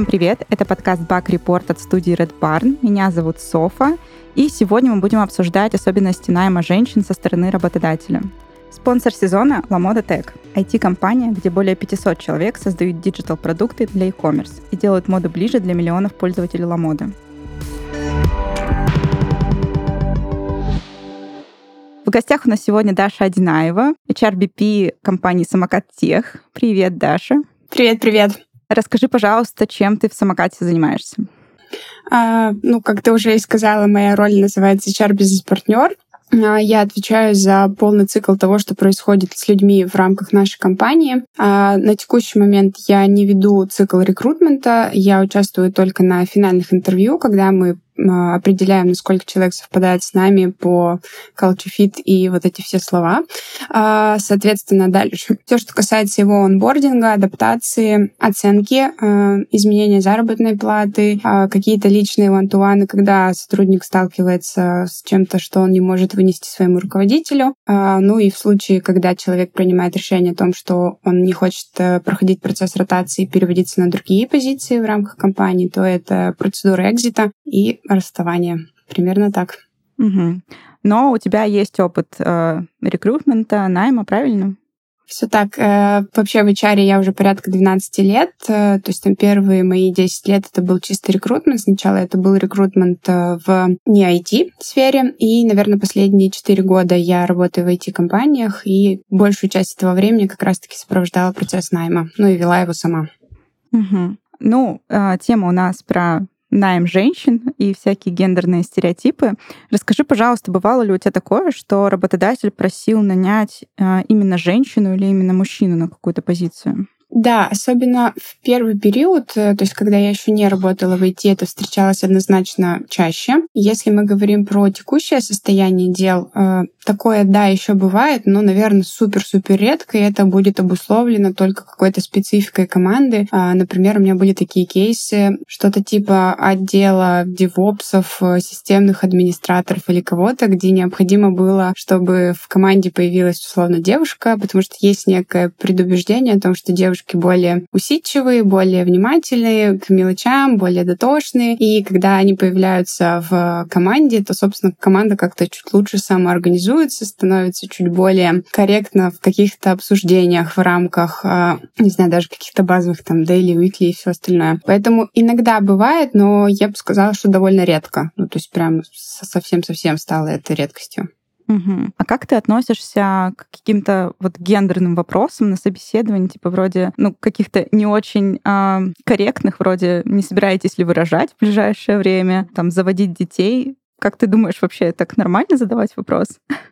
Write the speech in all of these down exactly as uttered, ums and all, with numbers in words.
привет! Это подкаст Bug Report от студии Red Barn. Меня зовут Софа, и сегодня мы будем обсуждать особенности найма женщин со стороны работодателя. Спонсор сезона — Lamoda Tech, ай ти-компания, где более пятьсот человек создают диджитал-продукты для e-commerce и делают моду ближе для миллионов пользователей Lamoda. В гостях у нас сегодня Даша Одинаева, эйч ар би пи компании «Самокат Тех». Привет, Даша. Привет-привет. Расскажи, пожалуйста, чем ты в «Самокате» занимаешься? А, ну, как ты уже и сказала, моя роль называется эйч ар-бизнес-партнер. Я отвечаю за полный цикл того, что происходит с людьми в рамках нашей компании. А на текущий момент я не веду цикл рекрутмента, я участвую только на финальных интервью, когда мы определяем, насколько человек совпадает с нами по culture fit и вот эти все слова. Соответственно, дальше. Все, что касается его онбординга, адаптации, оценки, изменения заработной платы, какие-то личные one-to-one, когда сотрудник сталкивается с чем-то, что он не может вынести своему руководителю. Ну и в случае, когда человек принимает решение о том, что он не хочет проходить процесс ротации и переводиться на другие позиции в рамках компании, то это процедура экзита и расставание. Примерно так. Угу. Но у тебя есть опыт э, рекрутмента, найма, правильно? Все так. Э, вообще в эйч ар я уже порядка двенадцать лет. Э, то есть там первые мои десять лет это был чистый рекрутмент. Сначала это был рекрутмент э, в не ай ти-сфере. И, наверное, последние четыре года я работаю в ай ти-компаниях. И большую часть этого времени как раз-таки сопровождала процесс найма. Ну и вела его сама. Угу. Ну, э, тема у нас про найм женщин и всякие гендерные стереотипы. Расскажи, пожалуйста, бывало ли у тебя такое, что работодатель просил нанять э, именно женщину или именно мужчину на какую-то позицию? Да, особенно в первый период, то есть когда я еще не работала в ай ти, это встречалось однозначно чаще. Если мы говорим про текущее состояние дел, такое, да, еще бывает, но, наверное, супер-супер редко, и это будет обусловлено только какой-то спецификой команды. Например, у меня были такие кейсы, что-то типа отдела девопсов, системных администраторов или кого-то, где необходимо было, чтобы в команде появилась, условно, девушка, потому что есть некое предубеждение о том, что девушки более усидчивые, более внимательные к мелочам, более дотошные. И когда они появляются в команде, то, собственно, команда как-то чуть лучше самоорганизуется, становится чуть более корректно в каких-то обсуждениях в рамках, не знаю, даже каких-то базовых там daily, weekly и все остальное. Поэтому иногда бывает, но я бы сказала, что довольно редко. Ну, то есть прям совсем-совсем стало это редкостью. Угу. А как ты относишься к каким-то вот гендерным вопросам на собеседовании, типа вроде, ну, каких-то не очень э, корректных, вроде не собираетесь ли вы рожать в ближайшее время, там, заводить детей? Как ты думаешь, вообще так нормально задавать вопрос?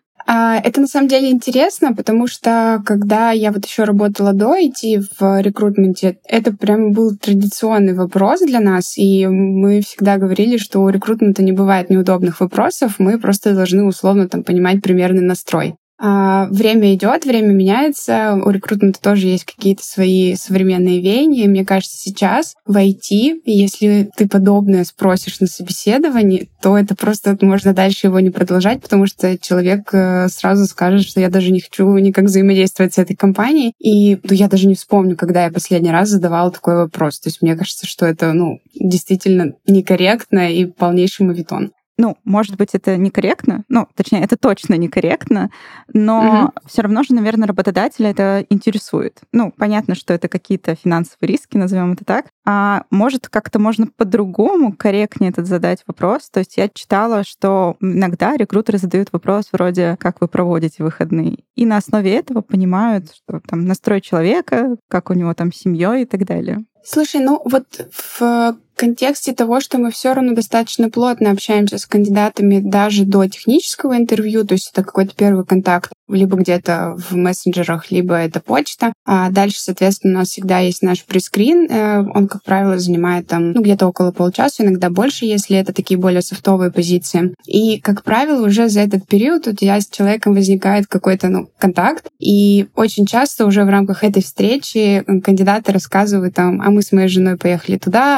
Это на самом деле интересно, потому что когда я вот еще работала до ай ти в рекрутменте, это прям был традиционный вопрос для нас, и мы всегда говорили, что у рекрутмента не бывает неудобных вопросов, мы просто должны условно там понимать примерный настрой. А время идет, время меняется, у рекрутмента тоже есть какие-то свои современные веяния. Мне кажется, сейчас в ай ти, если ты подобное спросишь на собеседовании, то это просто можно дальше его не продолжать, потому что человек сразу скажет, что я даже не хочу никак взаимодействовать с этой компанией. И ну, я даже не вспомню, когда я последний раз задавала такой вопрос. То есть мне кажется, что это ну, действительно некорректно и полнейший моветон. Ну, может быть, это некорректно, ну, точнее, это точно некорректно, но mm-hmm. все равно же, наверное, работодателя это интересует. Ну, понятно, что это какие-то финансовые риски, назовем это так. А может, как-то можно по-другому корректнее этот задать вопрос? То есть я читала, что иногда рекрутеры задают вопрос вроде «Как вы проводите выходные?» И на основе этого понимают, что там настрой человека, как у него там с семьей и так далее. Слушай, ну вот в контексте того, что мы все равно достаточно плотно общаемся с кандидатами даже до технического интервью, то есть это какой-то первый контакт, либо где-то в мессенджерах, либо это почта. А дальше, соответственно, у нас всегда есть наш прескрин. Он, как правило, занимает там ну, где-то около получаса, иногда больше, если это такие более софтовые позиции. И, как правило, уже за этот период у тебя с человеком возникает какой-то ну, контакт. И очень часто уже в рамках этой встречи кандидаты рассказывают там, а мы с моей женой поехали туда, а мы там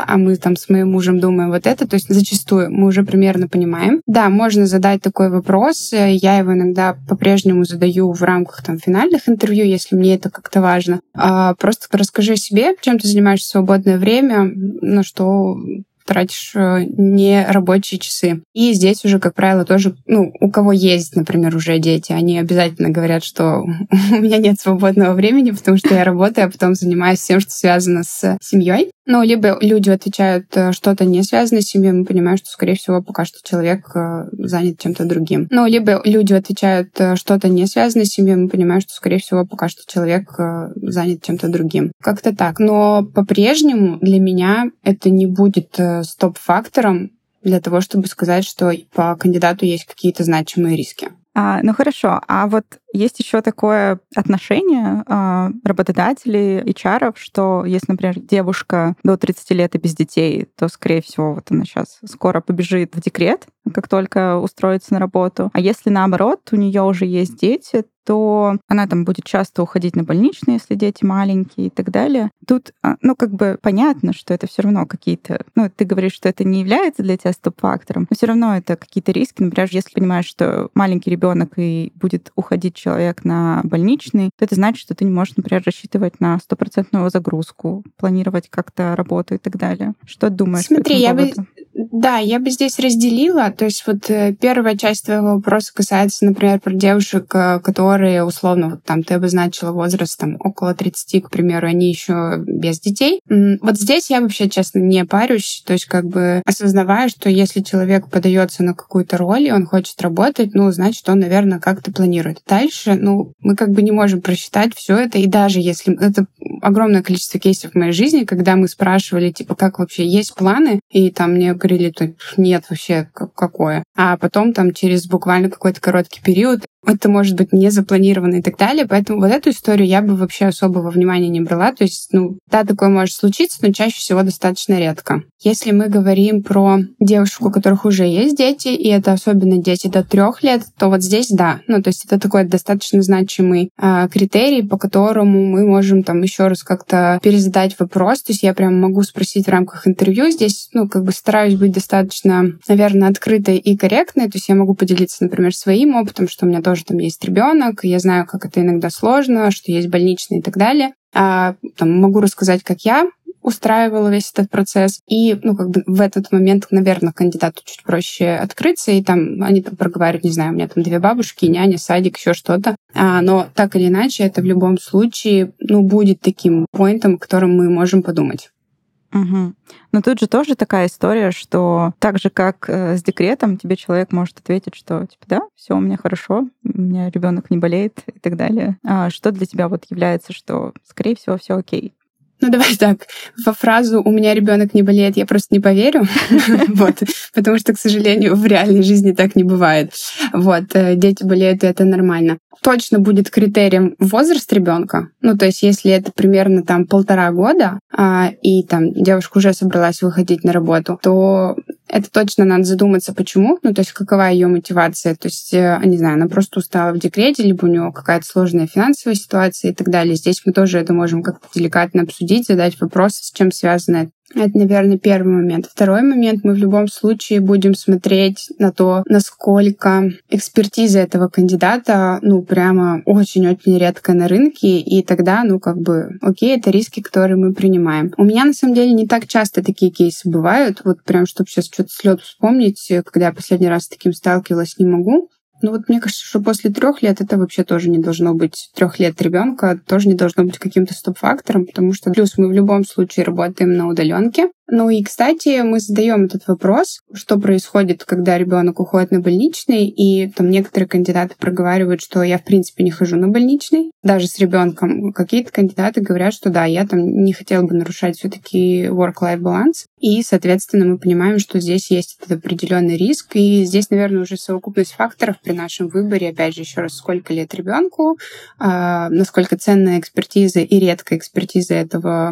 там с моим мужем думаем вот это, то есть зачастую мы уже примерно понимаем. Да, можно задать такой вопрос, я его иногда по-прежнему задаю в рамках там финальных интервью, если мне это как-то важно. А, просто расскажи о себе, чем ты занимаешься в свободное время, на что тратишь не рабочие часы. И здесь уже, как правило, тоже, ну, у кого есть, например, уже дети, они обязательно говорят, что у меня нет свободного времени, потому что я работаю, а потом занимаюсь всем, что связано с семьей. Ну, либо люди отвечают что-то не связанное с семьей, мы понимаем, что, скорее всего, пока что человек занят чем-то другим. Ну, либо люди отвечают что-то не связанное с семьей, мы понимаем, что, скорее всего, пока что человек занят чем-то другим. Как-то так. Но по-прежнему для меня это не будет стоп-фактором для того, чтобы сказать, что по кандидату есть какие-то значимые риски. А, ну хорошо, а вот есть еще такое отношение а, работодателей, эйч ар, что если, например, девушка до тридцати лет и без детей, то, скорее всего, вот она сейчас скоро побежит в декрет, как только устроится на работу. А если наоборот, у нее уже есть дети, то она там будет часто уходить на больничные, если дети маленькие и так далее. Тут, ну, как бы понятно, что это все равно какие-то... Ну, ты говоришь, что это не является для тебя стоп-фактором, но все равно это какие-то риски. Например, если понимаешь, что маленький ребенок и будет уходить человек на больничный, то это значит, что ты не можешь, например, рассчитывать на стопроцентную загрузку, планировать как-то работу и так далее. Что думаешь Смотри, по этому я поводу? бы... Да, я бы здесь разделила. То есть вот первая часть твоего вопроса касается, например, про девушек, которые, условно, вот там ты обозначила возраст там около тридцати, к примеру, они еще без детей. Вот здесь я вообще, честно, не парюсь. То есть как бы осознавая, что если человек подается на какую-то роль, и он хочет работать, ну, значит, он, наверное, как-то планирует. Дальше, ну, мы как бы не можем просчитать все это. И даже если... Это огромное количество кейсов в моей жизни, когда мы спрашивали, типа, как вообще, есть планы? И там мне говорили, то нет вообще, какое. А потом там через буквально какой-то короткий период это может быть не запланировано и так далее. Поэтому вот эту историю я бы вообще особого внимания не брала. То есть, ну, да, такое может случиться, но чаще всего достаточно редко. Если мы говорим про девушек, у которых уже есть дети, и это особенно дети до трех лет, то вот здесь да. Ну, то есть это такой достаточно значимый э, критерий, по которому мы можем там еще раз как-то перезадать вопрос. То есть я прям могу спросить в рамках интервью. Здесь, ну, как бы стараюсь быть достаточно, наверное, открытой и корректной. То есть я могу поделиться, например, своим опытом, что у меня тоже там есть ребенок, я знаю, как это иногда сложно, что есть больничные и так далее. А, там, могу рассказать, как я устраивала весь этот процесс. И, ну, как бы в этот момент, наверное, кандидату чуть проще открыться, и там они там проговаривают, не знаю, у меня там две бабушки, няня, садик, еще что-то. А, но так или иначе, это в любом случае, ну, будет таким поинтом, о котором мы можем подумать. Угу. Но тут же тоже такая история, что так же, как э, с декретом, тебе человек может ответить, что типа да, все у меня хорошо, у меня ребенок не болеет и так далее. А что для тебя вот является, что скорее всего все окей? Ну, давай так, во фразу «у меня ребенок не болеет» я просто не поверю, вот, потому что, к сожалению, в реальной жизни так не бывает. Вот, дети болеют, и это нормально. Точно будет критерием возраст ребенка. Ну, то есть, если это примерно там полтора года, а, и там девушка уже собралась выходить на работу, то это точно надо задуматься, почему. Ну, то есть, какова ее мотивация. То есть, не знаю, она просто устала в декрете, либо у нее какая-то сложная финансовая ситуация и так далее. Здесь мы тоже это можем как-то деликатно обсудить, задать вопросы, с чем связано. Это, наверное, первый момент. Второй момент. Мы в любом случае будем смотреть на то, насколько экспертиза этого кандидата, ну, прямо очень-очень редкая на рынке, и тогда, ну, как бы, окей, это риски, которые мы принимаем. У меня, на самом деле, не так часто такие кейсы бывают. Вот прям, чтобы сейчас что-то с лёту вспомнить, когда я последний раз с таким сталкивалась, не могу. Ну вот мне кажется, что после трех лет это вообще тоже не должно быть, трех лет ребенка тоже не должно быть каким-то стоп-фактором, потому что плюс мы в любом случае работаем на удаленке. Ну и, кстати, мы задаем этот вопрос, что происходит, когда ребенок уходит на больничный, и там некоторые кандидаты проговаривают, что я в принципе не хожу на больничный, даже с ребенком. Какие-то кандидаты говорят, что да, я там не хотела бы нарушать все-таки work-life balance, и, соответственно, мы понимаем, что здесь есть этот определенный риск, и здесь, наверное, уже совокупность факторов при нашем выборе, опять же, еще раз, сколько лет ребенку, э, насколько ценная экспертиза и редкая экспертиза этого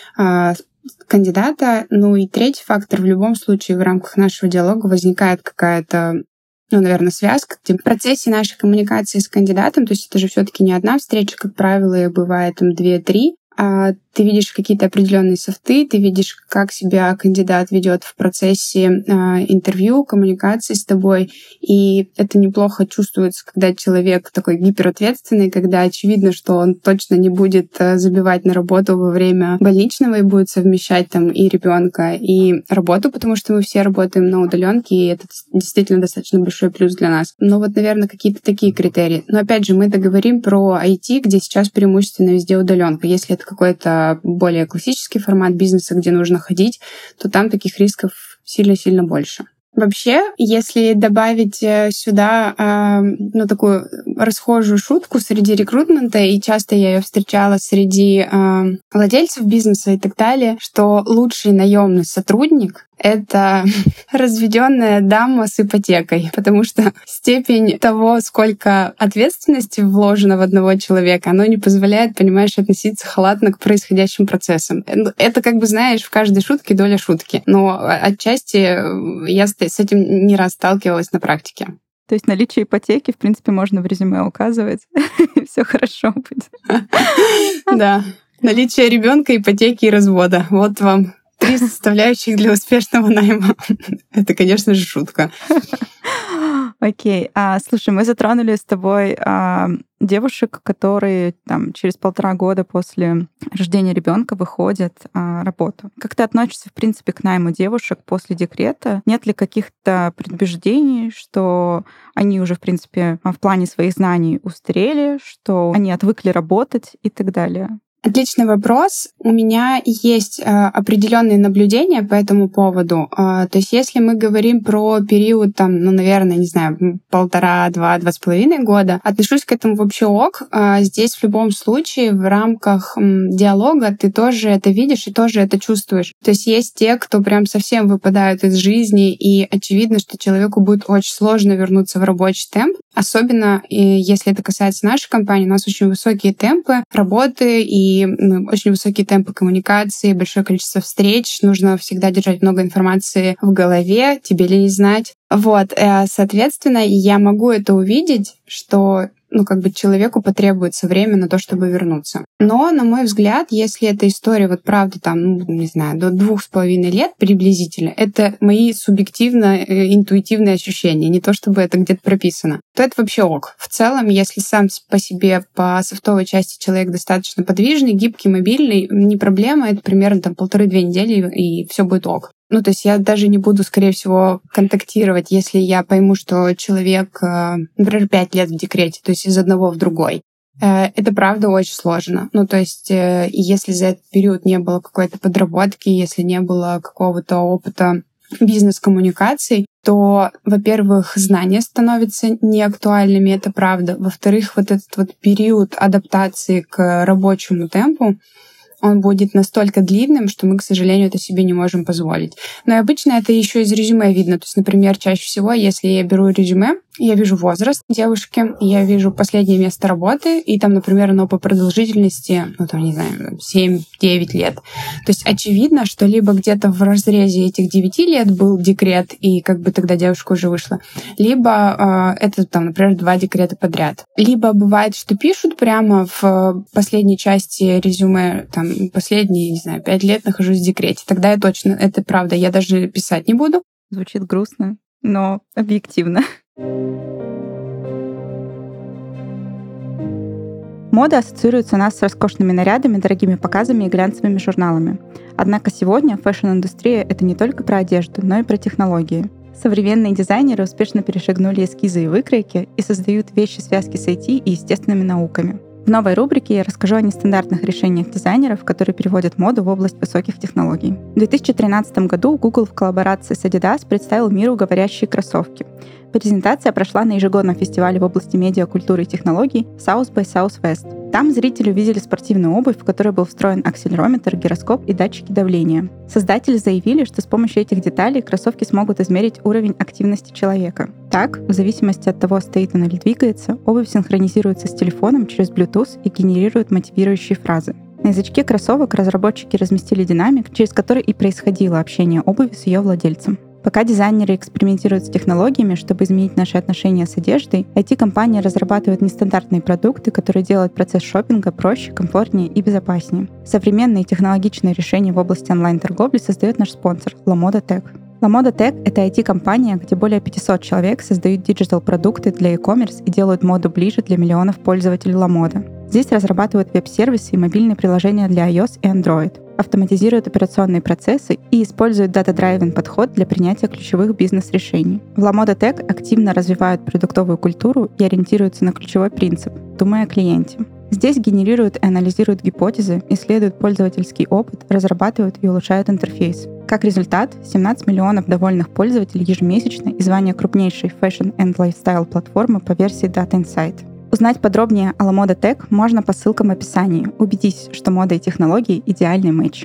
э, кандидата. Ну и третий фактор, в любом случае в рамках нашего диалога возникает какая-то, ну, наверное, связка, где в процессе нашей коммуникации с кандидатом, то есть это же все-таки не одна встреча, как правило, и бывает там две-три, ты видишь какие-то определенные софты, ты видишь, как себя кандидат ведет в процессе интервью, коммуникации с тобой, и это неплохо чувствуется, когда человек такой гиперответственный, когда очевидно, что он точно не будет забивать на работу во время больничного и будет совмещать там и ребенка, и работу, потому что мы все работаем на удаленке, и это действительно достаточно большой плюс для нас. Но вот, наверное, какие-то такие критерии. Но опять же, мы договорим про ай ти, где сейчас преимущественно везде удаленка. Если это какой-то более классический формат бизнеса, где нужно ходить, то там таких рисков сильно-сильно больше. Вообще, если добавить сюда э, ну, такую расхожую шутку среди рекрутмента, и часто я ее встречала среди э, владельцев бизнеса и так далее, что лучший наемный сотрудник — это разведенная дама с ипотекой, потому что степень того, сколько ответственности вложено в одного человека, оно не позволяет, понимаешь, относиться халатно к происходящим процессам. Это, как бы, знаешь, в каждой шутке доля шутки, но отчасти я с этим не раз сталкивалась на практике. То есть наличие ипотеки, в принципе, можно в резюме указывать, и все хорошо будет. Да. Наличие ребенка, ипотеки и развода. Вот вам три составляющих для успешного найма. Это, конечно же, шутка. Окей. А, слушай, мы затронули с тобой а, девушек, которые там, через полтора года после рождения ребенка выходят а, работу. Как ты относишься, в принципе, к найму девушек после декрета? Нет ли каких-то предубеждений, что они уже, в принципе, в плане своих знаний устарели, что они отвыкли работать и так далее? Отличный вопрос. У меня есть э, определенные наблюдения по этому поводу. Э, то есть если мы говорим про период, там, ну, наверное, не знаю, полтора, два, два с половиной года, отношусь к этому вообще ок. Э, здесь в любом случае в рамках м, диалога ты тоже это видишь и тоже это чувствуешь. То есть есть те, кто прям совсем выпадают из жизни, и очевидно, что человеку будет очень сложно вернуться в рабочий темп. Особенно, если это касается нашей компании, у нас очень высокие темпы работы и очень высокие темпы коммуникации, большое количество встреч. Нужно всегда держать много информации в голове, тебе ли не знать. Вот, соответственно, я могу это увидеть, что ну, как бы человеку потребуется время на то, чтобы вернуться. Но, на мой взгляд, если эта история, вот правда, там, ну, не знаю, до двух с половиной лет приблизительно, это мои субъективно-интуитивные ощущения, не то чтобы это где-то прописано, то это вообще ок. В целом, если сам по себе, по софтовой части человек достаточно подвижный, гибкий, мобильный, не проблема, это примерно там полторы-две недели, и все будет ок. Ну, то есть я даже не буду, скорее всего, контактировать, если я пойму, что человек, например, пять лет в декрете, то есть из одного в другой. Это, правда, очень сложно. Ну, то есть если за этот период не было какой-то подработки, если не было какого-то опыта бизнес-коммуникаций, то, во-первых, знания становятся неактуальными, это правда. Во-вторых, вот этот вот период адаптации к рабочему темпу, он будет настолько длинным, что мы, к сожалению, это себе не можем позволить. Но и обычно это еще из резюме видно. То есть, например, чаще всего, если я беру резюме, я вижу возраст девушки, я вижу последнее место работы, и там, например, оно по продолжительности, ну, там, не знаю, семь-девять лет. То есть очевидно, что либо где-то в разрезе этих девяти лет был декрет, и как бы тогда девушка уже вышла, либо э, это, там, например, два декрета подряд. Либо бывает, что пишут прямо в последней части резюме, там, последние, не знаю, пять лет нахожусь в декрете. Тогда я точно, это правда, я даже писать не буду. Звучит грустно, но объективно. Мода ассоциируется у нас с роскошными нарядами, дорогими показами и глянцевыми журналами. Однако сегодня фэшн-индустрия — это не только про одежду, но и про технологии. Современные дизайнеры успешно перешагнули эскизы и выкройки и создают вещи связки с ай ти и естественными науками. В новой рубрике я расскажу о нестандартных решениях дизайнеров, которые переводят моду в область высоких технологий. В две тысячи тринадцатом году Google в коллаборации с Adidas представил миру говорящие кроссовки. Презентация прошла на ежегодном фестивале в области медиа, культуры и технологий South by Southwest. Там зрители увидели спортивную обувь, в которой был встроен акселерометр, гироскоп и датчики давления. Создатели заявили, что с помощью этих деталей кроссовки смогут измерить уровень активности человека. Так, в зависимости от того, стоит он или двигается, обувь синхронизируется с телефоном через Bluetooth и генерирует мотивирующие фразы. На язычке кроссовок разработчики разместили динамик, через который и происходило общение обуви с ее владельцем. Пока дизайнеры экспериментируют с технологиями, чтобы изменить наши отношения с одеждой, ай ти-компания разрабатывает нестандартные продукты, которые делают процесс шопинга проще, комфортнее и безопаснее. Современные технологичные решения в области онлайн-торговли создает наш спонсор LaModa Tech. LaModa Tech — это ай ти-компания, где более пятьсот человек создают диджитал-продукты для e-commerce и делают моду ближе для миллионов пользователей LaModa. Здесь разрабатывают веб-сервисы и мобильные приложения для iOS и Android, автоматизируют операционные процессы и используют дата-драйвен подход для принятия ключевых бизнес-решений. В LaModa Tech активно развивают продуктовую культуру и ориентируются на ключевой принцип — думая о клиенте. Здесь генерируют и анализируют гипотезы, исследуют пользовательский опыт, разрабатывают и улучшают интерфейс. Как результат, семнадцать миллионов довольных пользователей ежемесячно и звание крупнейшей fashion and lifestyle платформы по версии Data Insight. Узнать подробнее о LaModa Tech можно по ссылкам в описании. Убедитесь, что мода и технологии — идеальный матч.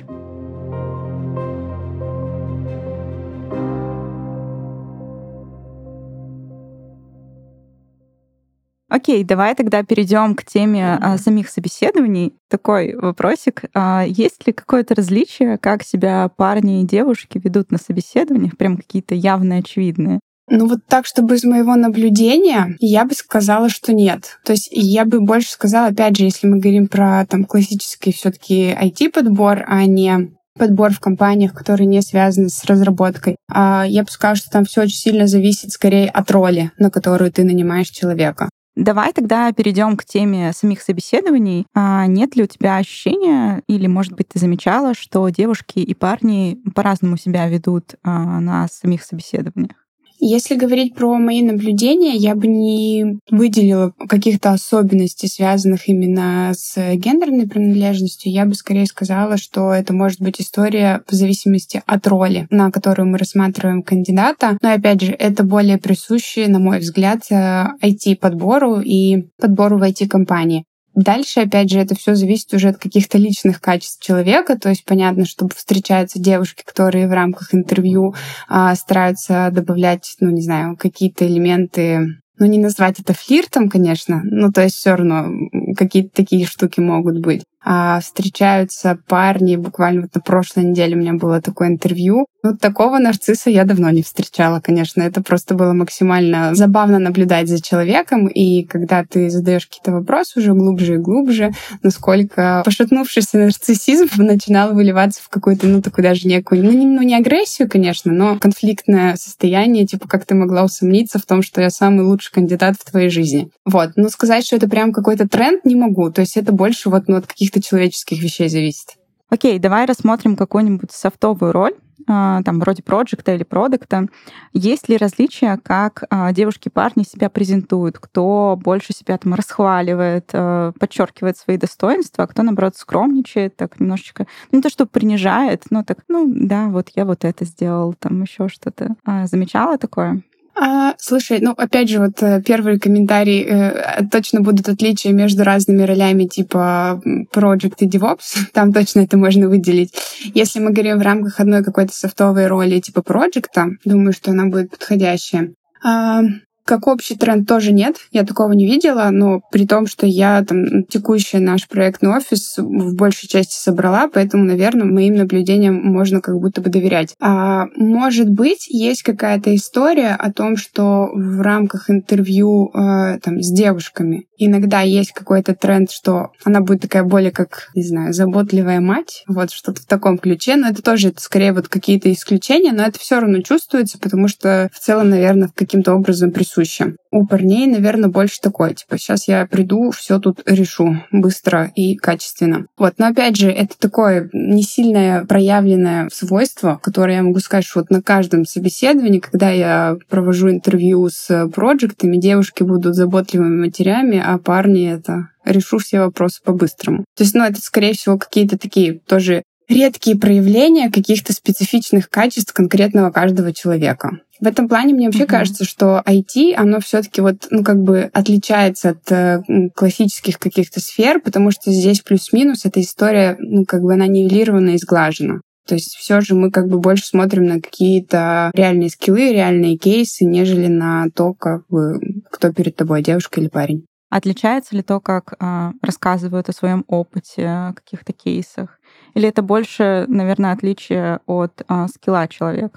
Окей, давай тогда перейдем к теме а, самих собеседований. Такой вопросик. А, есть ли какое-то различие, как себя парни и девушки ведут на собеседованиях? Прям какие-то явные, очевидные? Ну вот так, чтобы из моего наблюдения, я бы сказала, что нет. То есть я бы больше сказала, опять же, если мы говорим про там классический все-таки ай ти-подбор, а не подбор в компаниях, которые не связаны с разработкой. А я бы сказала, что там все очень сильно зависит скорее от роли, на которую ты нанимаешь человека. Давай тогда перейдем к теме самих собеседований. А нет ли у тебя ощущения, или, может быть, ты замечала, что девушки и парни по-разному себя ведут а, на самих собеседованиях? Если говорить про мои наблюдения, я бы не выделила каких-то особенностей, связанных именно с гендерной принадлежностью. Я бы скорее сказала, что это может быть история в зависимости от роли, на которую мы рассматриваем кандидата. Но, опять же, это более присуще, на мой взгляд, ай ти-подбору и подбору в ай ти-компании. Дальше, опять же, это все зависит уже от каких-то личных качеств человека. То есть понятно, что встречаются девушки, которые в рамках интервью а, стараются добавлять, ну, не знаю, какие-то элементы. Ну, не назвать это флиртом, конечно. Ну, то есть все равно какие-то такие штуки могут быть. А встречаются парни. Буквально вот на прошлой неделе у меня было такое интервью. Ну, такого нарцисса я давно не встречала, конечно. Это просто было максимально забавно наблюдать за человеком. И когда ты задаешь какие-то вопросы уже глубже и глубже, насколько пошатнувшийся нарциссизм начинал выливаться в какую-то, ну, такую даже некую, ну не, ну, не агрессию, конечно, но конфликтное состояние, типа, как ты могла усомниться в том, что я самый лучший кандидат в твоей жизни. Вот. Но сказать, что это прям какой-то тренд, не могу. То есть это больше вот, ну, от каких-то человеческих вещей зависит. Окей, давай рассмотрим какую-нибудь софтовую роль, там, вроде проекта или продукта. Есть ли различия, как девушки и парни себя презентуют? Кто больше себя там расхваливает, подчеркивает свои достоинства, а кто, наоборот, скромничает, так немножечко, ну, то, что принижает, ну, так, ну, да, вот я вот это сделал, там еще что-то. Замечала такое? А, слушай, ну, опять же, вот первый комментарий, э, точно будут отличия между разными ролями типа Project и DevOps, там точно это можно выделить. Если мы говорим в рамках одной какой-то софтовой роли типа Project, думаю, что она будет подходящая. А, как общий тренд тоже нет, я такого не видела, но при том, что я там текущий наш проектный офис в большей части собрала, поэтому, наверное, моим наблюдениям можно как будто бы доверять. А может быть, есть какая-то история о том, что в рамках интервью э, там, с девушками иногда есть какой-то тренд, что она будет такая более как, не знаю, заботливая мать, вот что-то в таком ключе, но это тоже это скорее вот какие-то исключения, но это все равно чувствуется, потому что в целом, наверное, каким-то образом присутствует. У парней, наверное, больше такое, типа, сейчас я приду, все тут решу быстро и качественно. Вот, но опять же, это такое не сильное проявленное свойство, которое я могу сказать, что вот на каждом собеседовании, когда я провожу интервью с проектами, девушки будут заботливыми матерями, а парни это решу все вопросы по-быстрому. То есть, ну, это, скорее всего, какие-то такие тоже редкие проявления каких-то специфичных качеств конкретного каждого человека. В этом плане мне вообще uh-huh. кажется, что ай ти, оно все-таки вот, ну, как бы отличается от э, классических каких-то сфер, потому что здесь плюс-минус эта история, ну, как бы она нивелирована и сглажена. То есть все же мы как бы больше смотрим на какие-то реальные скиллы, реальные кейсы, нежели на то, как бы, кто перед тобой, девушка или парень. Отличается ли то, как э, рассказывают о своем опыте, о каких-то кейсах? Или это больше, наверное, отличие от э, скилла человека?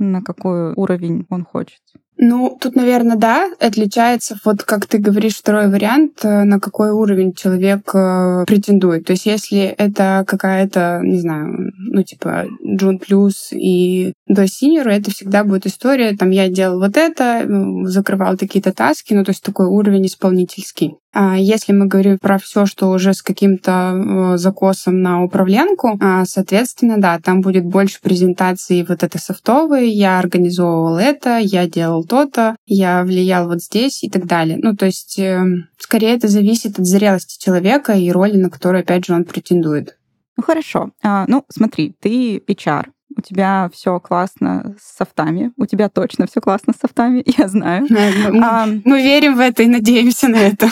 на какой уровень он хочет? Ну, тут, наверное, да, отличается, вот как ты говоришь, второй вариант, на какой уровень человек претендует. То есть если это какая-то, не знаю, ну, типа Джун плюс и до синьора, это всегда будет история, там, я делал вот это, закрывал какие-то таски, ну, то есть такой уровень исполнительский. А если мы говорим про все, что уже с каким-то закосом на управленку, соответственно, да, там будет больше презентаций вот этой софтовой, я организовывал это, я делал то-то, я влиял вот здесь и так далее. Ну, то есть, скорее это зависит от зрелости человека и роли, на которую, опять же, он претендует. Ну, хорошо. А, ну, смотри, ты эйч ар. У тебя все классно с софтами. У тебя точно все классно с софтами, я знаю. Мы, а, мы верим в это и надеемся на это.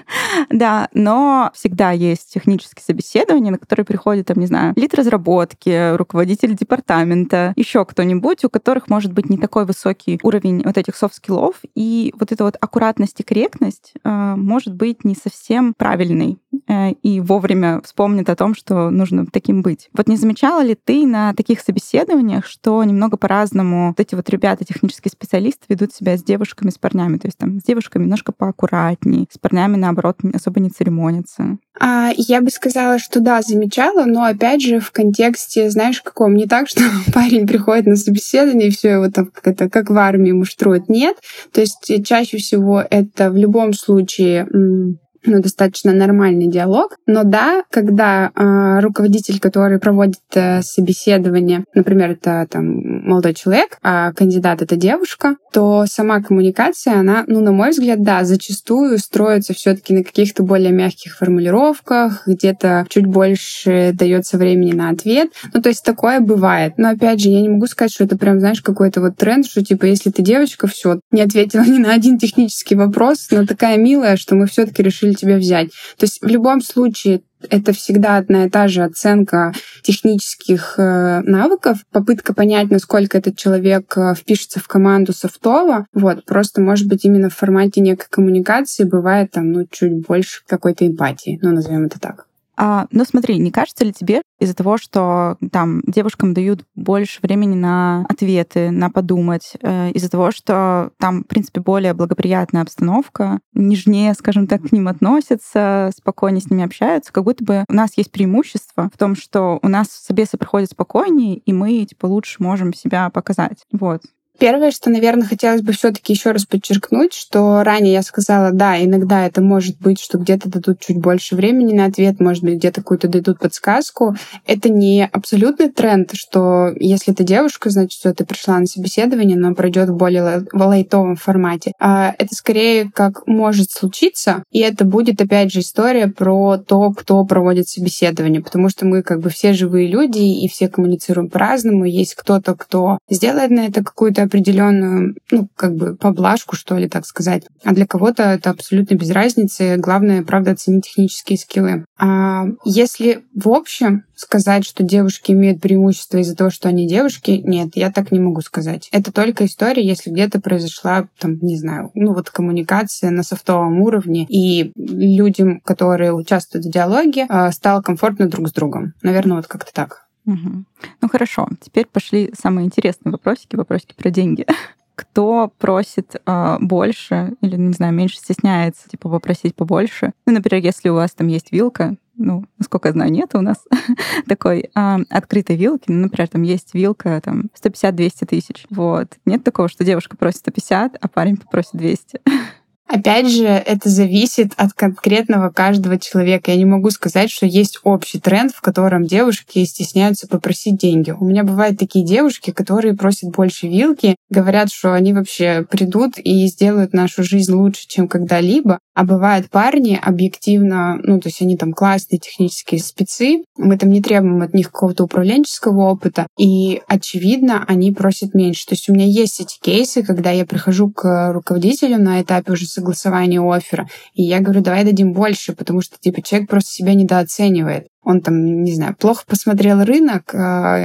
Да, но всегда есть технические собеседования, на которые приходит, там, не знаю, лид разработки, руководитель департамента, еще кто-нибудь, у которых может быть не такой высокий уровень вот этих софт-скиллов, и вот эта вот аккуратность и корректность э, может быть не совсем правильной, э, и вовремя вспомнит о том, что нужно таким быть. Вот не замечала ли ты на таких собеседованиях, что немного по-разному вот эти вот ребята, технические специалисты, ведут себя с девушками, с парнями? То есть там с девушками немножко поаккуратней, с парнями, наоборот, особо не церемонятся. А, я бы сказала, что да, замечала, но опять же в контексте, знаешь, каком? Не так, что парень приходит на собеседование и все его там как это как в армии муштрует. Нет. То есть чаще всего это в любом случае ну, достаточно нормальный диалог. Но да, когда э, руководитель, который проводит э, собеседование, например, это там молодой человек, а кандидат — это девушка, то сама коммуникация, она, ну, на мой взгляд, да, зачастую строится все-таки на каких-то более мягких формулировках, где-то чуть больше дается времени на ответ. Ну, то есть такое бывает. Но, опять же, я не могу сказать, что это прям, знаешь, какой-то вот тренд, что, типа, если ты девочка, все, не ответила ни на один технический вопрос, но такая милая, что мы все-таки решили тебя взять. То есть в любом случае это всегда одна и та же оценка технических э, навыков, попытка понять, насколько этот человек э, впишется в команду софтово. Вот, просто, может быть, именно в формате некой коммуникации бывает там, ну, чуть больше какой-то эмпатии, ну, назовем это так. А, ну смотри, не кажется ли тебе из-за того, что там девушкам дают больше времени на ответы, на подумать, э, из-за того, что там, в принципе, более благоприятная обстановка, нежнее, скажем так, к ним относятся, спокойнее с ними общаются, как будто бы у нас есть преимущество в том, что у нас собесы проходят спокойнее, и мы, типа, лучше можем себя показать. Вот. Первое, что, наверное, хотелось бы все-таки еще раз подчеркнуть, что ранее я сказала, да, иногда это может быть, что где-то дадут чуть больше времени на ответ, может быть, где-то какую-то дадут подсказку. Это не абсолютный тренд, что если ты девушка, значит, что ты пришла на собеседование, но пройдет в более лайтовом формате. А это скорее как может случиться, и это будет, опять же, история про то, кто проводит собеседование, потому что мы как бы все живые люди, и все коммуницируем по-разному. Есть кто-то, кто сделает на это какую-то определенную, ну, как бы поблажку, что ли, так сказать. А для кого-то это абсолютно без разницы. Главное, правда, оценить технические скиллы. А если в общем сказать, что девушки имеют преимущество из-за того, что они девушки, нет, я так не могу сказать. Это только история, если где-то произошла, там, не знаю, ну, вот коммуникация на софтовом уровне, и людям, которые участвуют в диалоге, стало комфортно друг с другом. Наверное, вот как-то так. Угу. Ну хорошо, теперь пошли самые интересные вопросики, вопросики про деньги. Кто просит э, больше или, не знаю, меньше стесняется, типа, попросить побольше? Ну, например, если у вас там есть вилка, ну, насколько я знаю, нет у нас такой э, открытой вилки, ну, например, там есть вилка там сто пятьдесят - двести тысяч. Вот. Нет такого, что девушка просит сто пятьдесят, а парень попросит двести. Опять же, это зависит от конкретного каждого человека. Я не могу сказать, что есть общий тренд, в котором девушки стесняются попросить деньги. У меня бывают такие девушки, которые просят больше вилки, говорят, что они вообще придут и сделают нашу жизнь лучше, чем когда-либо. А бывают парни объективно, ну, то есть они там классные технические спецы, мы там не требуем от них какого-то управленческого опыта, и, очевидно, они просят меньше. То есть у меня есть эти кейсы, когда я прихожу к руководителю на этапе уже согласования оффера, и я говорю, давай дадим больше, потому что, типа, человек просто себя недооценивает. Он там, не знаю, плохо посмотрел рынок,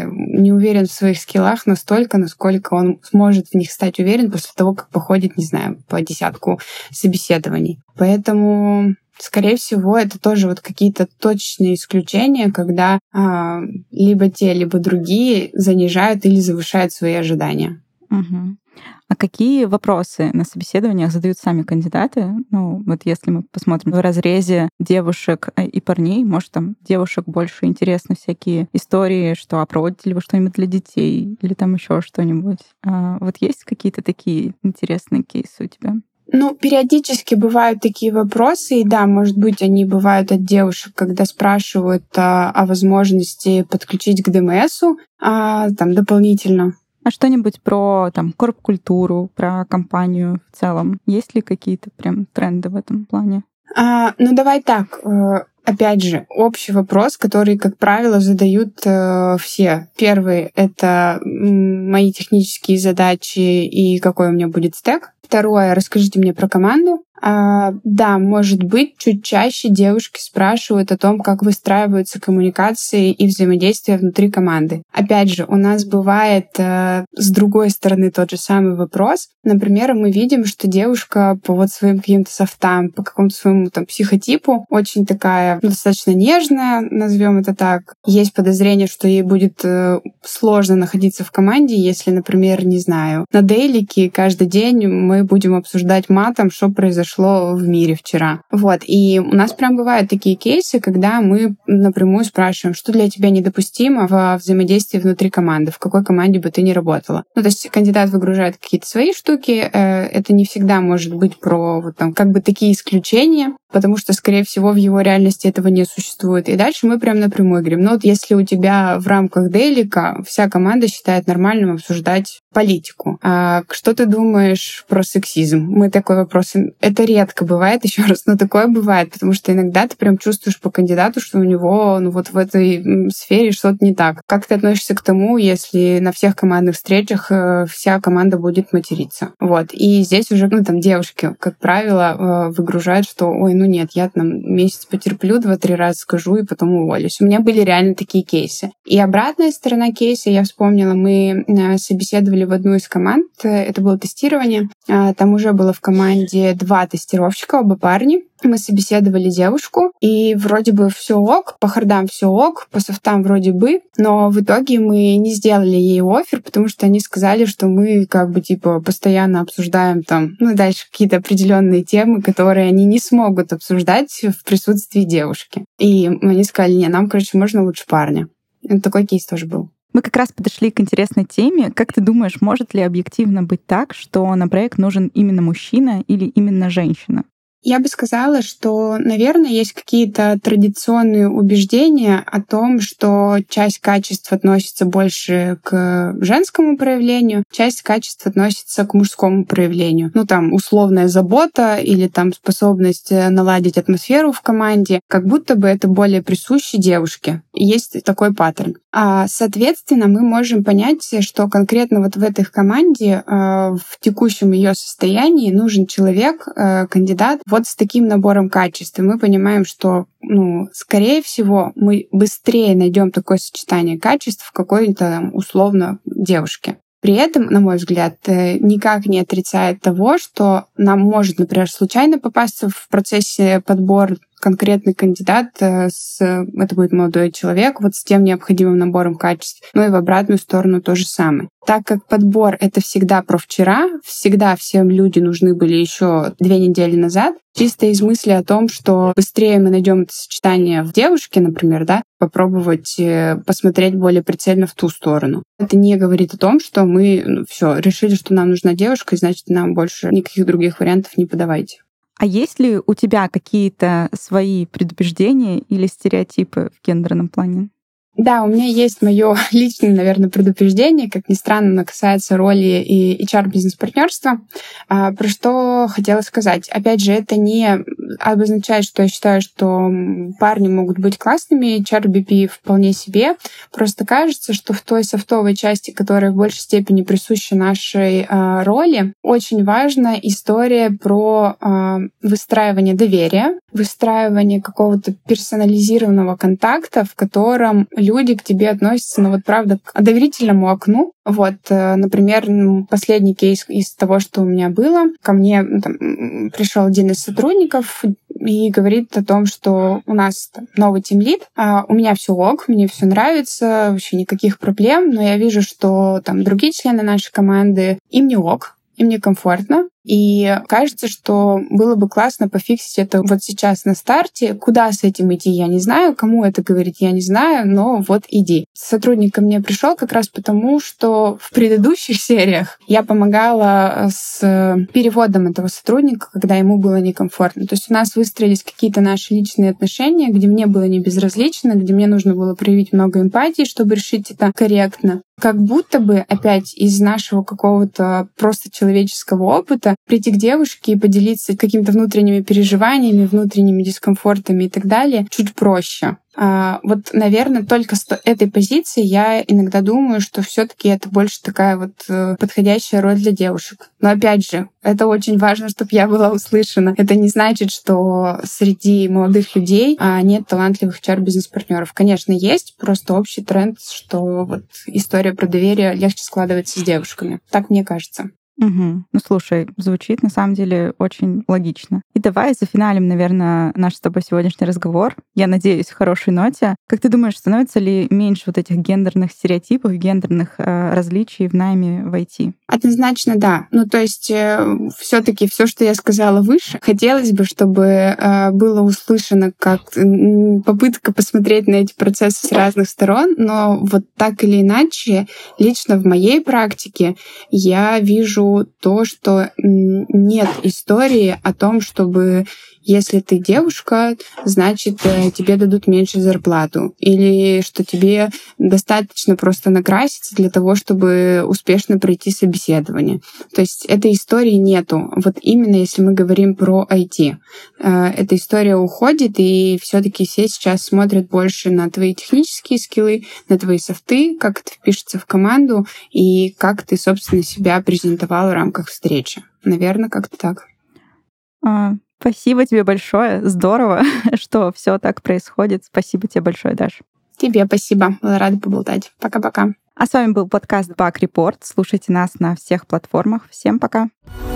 не уверен в своих скиллах настолько, насколько он сможет в них стать уверен после того, как походит, не знаю, по десятку собеседований. Поэтому, скорее всего, это тоже вот какие-то точечные исключения, когда а, либо те, либо другие занижают или завышают свои ожидания. Угу. А какие вопросы на собеседованиях задают сами кандидаты? Ну, вот если мы посмотрим в разрезе девушек и парней, может, там девушек больше интересны всякие истории, что а проводите ли вы что-нибудь для детей или там еще что-нибудь. А вот есть какие-то такие интересные кейсы у тебя? Ну, периодически бывают такие вопросы, и да, может быть, они бывают от девушек, когда спрашивают а, о возможности подключить к ДМСу а, там дополнительно. А что-нибудь про там корп-культуру, про компанию в целом? Есть ли какие-то прям тренды в этом плане? А, ну, давай так. Опять же, общий вопрос, который, как правило, задают э, все. Первый — это мои технические задачи и какой у меня будет стек. Второе — расскажите мне про команду. А, да, может быть, чуть чаще девушки спрашивают о том, как выстраиваются коммуникации и взаимодействие внутри команды. Опять же, у нас бывает э, с другой стороны тот же самый вопрос. Например, мы видим, что девушка по вот своим каким-то софтам, по какому-то своему там психотипу очень такая, ну, достаточно нежная, назовем это так. Есть подозрение, что ей будет э, сложно находиться в команде, если, например, не знаю, на дейлике каждый день мы будем обсуждать матом, что произошло в мире вчера. Вот. И у нас прям бывают такие кейсы, когда мы напрямую спрашиваем, что для тебя недопустимо во взаимодействии внутри команды, в какой команде бы ты ни работала. Ну, то есть кандидат выгружает какие-то свои штуки, это не всегда может быть про вот там как бы такие исключения, потому что, скорее всего, в его реальности этого не существует. И дальше мы прям напрямую говорим, ну вот если у тебя в рамках дейлика вся команда считает нормальным обсуждать политику, а что ты думаешь про сексизм? Мы такой вопрос... Это редко бывает, еще раз, но такое бывает, потому что иногда ты прям чувствуешь по кандидату, что у него ну, вот в этой сфере что-то не так. Как ты относишься к тому, если на всех командных встречах вся команда будет материться? Вот. И здесь уже, ну, там, девушки, как правило, выгружают, что, ой, ну нет, я там месяц потерплю, два-три раза скажу и потом уволюсь. У меня были реально такие кейсы. И обратная сторона кейса, я вспомнила, мы собеседовали в одну из команд, это было тестирование, там уже было в команде два тестировщика, оба парни. Мы собеседовали девушку, и вроде бы все ок, по хардам все ок, по софтам вроде бы, но в итоге мы не сделали ей оффер, потому что они сказали, что мы как бы типа постоянно обсуждаем там, ну дальше какие-то определенные темы, которые они не смогут обсуждать в присутствии девушки. И они сказали, не, нам, короче, можно лучше парня. Это такой кейс тоже был. Мы как раз подошли к интересной теме. Как ты думаешь, может ли объективно быть так, что на проект нужен именно мужчина или именно женщина? Я бы сказала, что, наверное, есть какие-то традиционные убеждения о том, что часть качеств относится больше к женскому проявлению, часть качеств относится к мужскому проявлению. Ну, там, условная забота или там способность наладить атмосферу в команде, как будто бы это более присуще девушке. Есть такой паттерн. А, соответственно, мы можем понять, что конкретно вот в этой команде в текущем ее состоянии нужен человек, кандидат, вот с таким набором качеств. И мы понимаем, что, ну, скорее всего, мы быстрее найдем такое сочетание качеств в какой-то условно девушке. При этом, на мой взгляд, никак не отрицает того, что нам может, например, случайно попасться в процессе подбора конкретный кандидат, с, это будет молодой человек, вот с тем необходимым набором качеств, но и в обратную сторону то же самое. Так как подбор — это всегда про вчера, всегда всем люди нужны были еще две недели назад, чисто из мысли о том, что быстрее мы найдем это сочетание в девушке, например, да, попробовать посмотреть более прицельно в ту сторону. Это не говорит о том, что мы ну, все решили, что нам нужна девушка, и значит, нам больше никаких других вариантов не подавайте. А есть ли у тебя какие-то свои предубеждения или стереотипы в гендерном плане? Да, у меня есть мое личное, наверное, предупреждение, как ни странно, оно касается роли и эйч ар-бизнес-партнерства. Про что хотела сказать. Опять же, это не обозначает, что я считаю, что парни могут быть классными, эйч ар-би пи вполне себе. Просто кажется, что в той софтовой части, которая в большей степени присуща нашей роли, очень важна история про выстраивание доверия, выстраивание какого-то персонализированного контакта, в котором люди к тебе относятся, ну вот правда, к доверительному окну, Вот, например, последний кейс из того, что у меня было, ко мне там, пришел один из сотрудников и говорит о том, что у нас там, новый тимлид, а у меня все ок, мне все нравится, вообще никаких проблем, но я вижу, что там другие члены нашей команды, им не ок, им некомфортно. И кажется, что было бы классно пофиксить это вот сейчас на старте. Куда с этим идти, я не знаю. Кому это говорить, я не знаю. Но вот иди. Сотрудник ко мне пришел как раз потому, что в предыдущих сериях я помогала с переводом этого сотрудника, когда ему было некомфортно. То есть у нас выстроились какие-то наши личные отношения, где мне было не безразлично, где мне нужно было проявить много эмпатии, чтобы решить это корректно. Как будто бы опять из нашего какого-то просто человеческого опыта прийти к девушке и поделиться какими-то внутренними переживаниями, внутренними дискомфортами и так далее чуть проще. А, вот, наверное, только с этой позиции я иногда думаю, что все-таки это больше такая вот подходящая роль для девушек. Но опять же, это очень важно, чтобы я была услышана. Это не значит, что среди молодых людей нет талантливых эйч ар-бизнес-партнеров. Конечно, есть, просто общий тренд, что вот история про доверие легче складывается с девушками. Так мне кажется. Угу. Ну, слушай, звучит на самом деле очень логично. И давай зафиналим, наверное, наш с тобой сегодняшний разговор. Я надеюсь, в хорошей ноте. Как ты думаешь, становится ли меньше вот этих гендерных стереотипов, гендерных э, различий в найме в ай ти? Однозначно, да. Ну, то есть э, все-таки все, что я сказала выше, хотелось бы, чтобы э, было услышано как э, попытка посмотреть на эти процессы с разных сторон, но вот так или иначе, лично в моей практике я вижу то, что нет истории о том, чтобы если ты девушка, значит, тебе дадут меньше зарплату. Или что тебе достаточно просто накраситься для того, чтобы успешно пройти собеседование. То есть этой истории нету. Вот именно если мы говорим про ай ти. Эта история уходит, и все-таки все сейчас смотрят больше на твои технические скиллы, на твои софты, как это впишется в команду, и как ты, собственно, себя презентовал в рамках встречи. Наверное, как-то так. А... Спасибо тебе большое. Здорово, что все так происходит. Спасибо тебе большое, Даш. Тебе спасибо. Была рада поболтать. Пока-пока. А с вами был подкаст Bug Report. Слушайте нас на всех платформах. Всем пока.